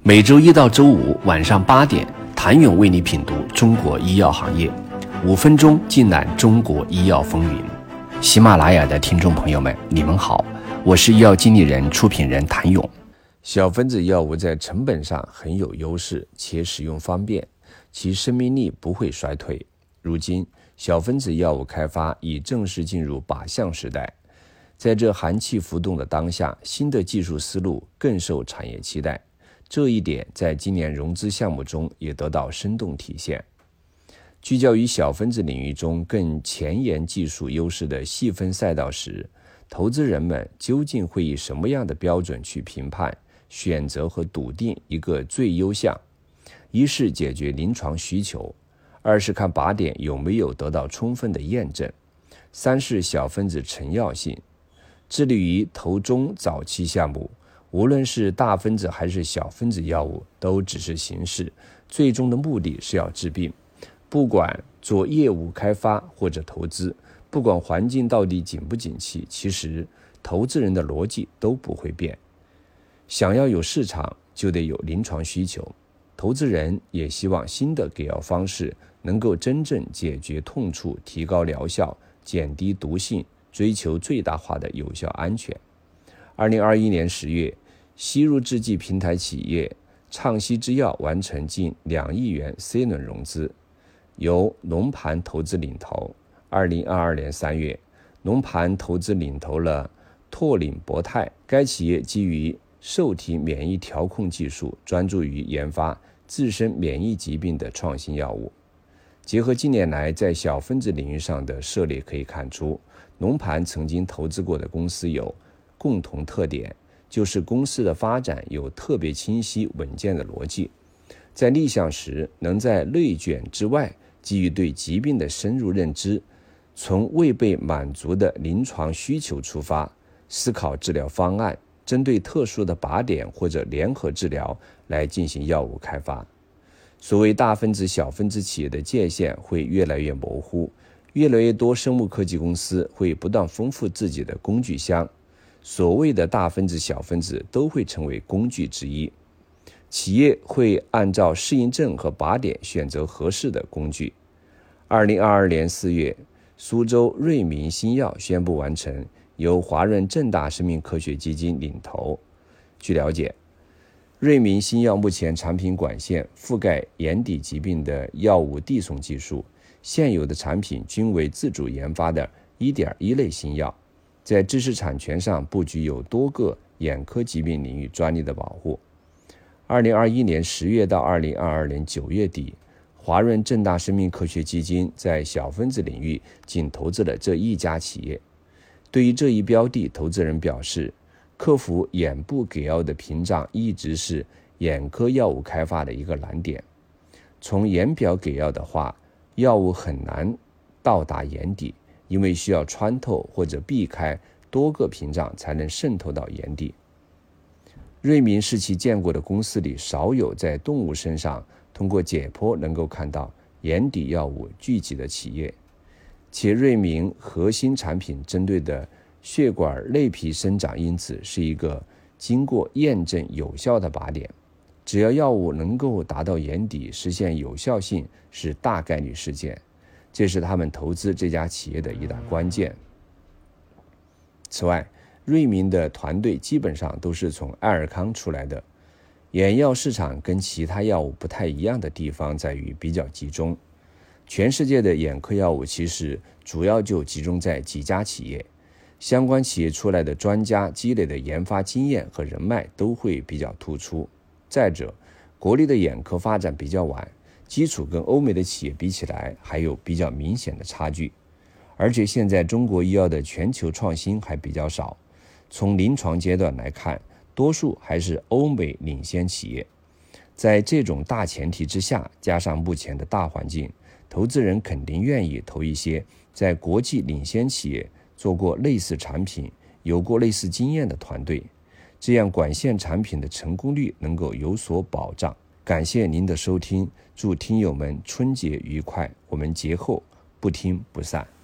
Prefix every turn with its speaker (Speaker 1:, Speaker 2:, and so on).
Speaker 1: 每周一到周五晚上8点，谭勇为你品读中国医药行业，5分钟尽览中国医药风云。喜马拉雅的听众朋友们，你们好，我是医药经理人、出品人谭勇。
Speaker 2: 小分子药物在成本上很有优势，且使用方便，其生命力不会衰退。如今，小分子药物开发已正式进入靶向时代。在这寒气浮动的当下，新的技术思路更受产业期待。这一点在今年融资项目中也得到生动体现。聚焦于小分子领域中更前沿技术优势的细分赛道时，投资人们究竟会以什么样的标准去评判、选择和笃定一个最优项？一是解决临床需求，二是看靶点有没有得到充分的验证，三是小分子成药性。致力于投中早期项目，无论是大分子还是小分子药物，都只是形式，最终的目的是要治病。不管做业务开发或者投资，不管环境到底景不景气，其实投资人的逻辑都不会变。想要有市场，就得有临床需求。投资人也希望新的给药方式能够真正解决痛处，提高疗效，减低毒性，追求最大化的有效安全。2021年10月，吸入制剂平台企业畅熙制药完成近2亿元 C 轮融资，由龙盘投资领投。2022年3月，龙盘投资领投了拓领博泰，该企业基于受体免疫调控技术，专注于研发自身免疫疾病的创新药物。结合近年来在小分子领域上的涉猎可以看出，龙盘曾经投资过的公司有共同特点，就是公司的发展有特别清晰稳健的逻辑，在立项时能在内卷之外，基于对疾病的深入认知，从未被满足的临床需求出发，思考治疗方案，针对特殊的靶点或者联合治疗来进行药物开发。所谓大分子小分子企业的界限会越来越模糊，越来越多生物科技公司会不断丰富自己的工具箱，所谓的大分子小分子都会成为工具之一。企业会按照适应症和靶点选择合适的工具。2022年4月，苏州瑞明新药宣布完成由华润正大生命科学基金领投。据了解，瑞明新药目前产品管线覆盖眼底疾病的药物递送技术，现有的产品均为自主研发的 1.1 类新药，在知识产权上布局有多个眼科疾病领域专利的保护。2021年10月到2022年9月底，华润正大生命科学基金在小分子领域仅投资了这一家企业。对于这一标的，投资人表示，克服眼部给药的屏障一直是眼科药物开发的一个难点。从眼表给药的话，药物很难到达眼底，因为需要穿透或者避开多个屏障才能渗透到眼底。瑞明是其见过的公司里少有在动物身上通过解剖能够看到眼底药物聚集的企业，且瑞明核心产品针对的血管内皮生长因子是一个经过验证有效的靶点，只要药物能够达到眼底，实现有效性是大概率事件，这是他们投资这家企业的一大关键。此外，瑞明的团队基本上都是从爱尔康出来的。眼药市场跟其他药物不太一样的地方在于比较集中，全世界的眼科药物其实主要就集中在几家企业，相关企业出来的专家积累的研发经验和人脉都会比较突出。再者，国内的眼科发展比较晚，基础跟欧美的企业比起来还有比较明显的差距，而且现在中国医药的全球创新还比较少，从临床阶段来看，多数还是欧美领先企业。在这种大前提之下，加上目前的大环境，投资人肯定愿意投一些在国际领先企业做过类似产品、有过类似经验的团队，这样管线产品的成功率能够有所保障。感谢您的收听，祝听友们春节愉快，我们节后不听不散。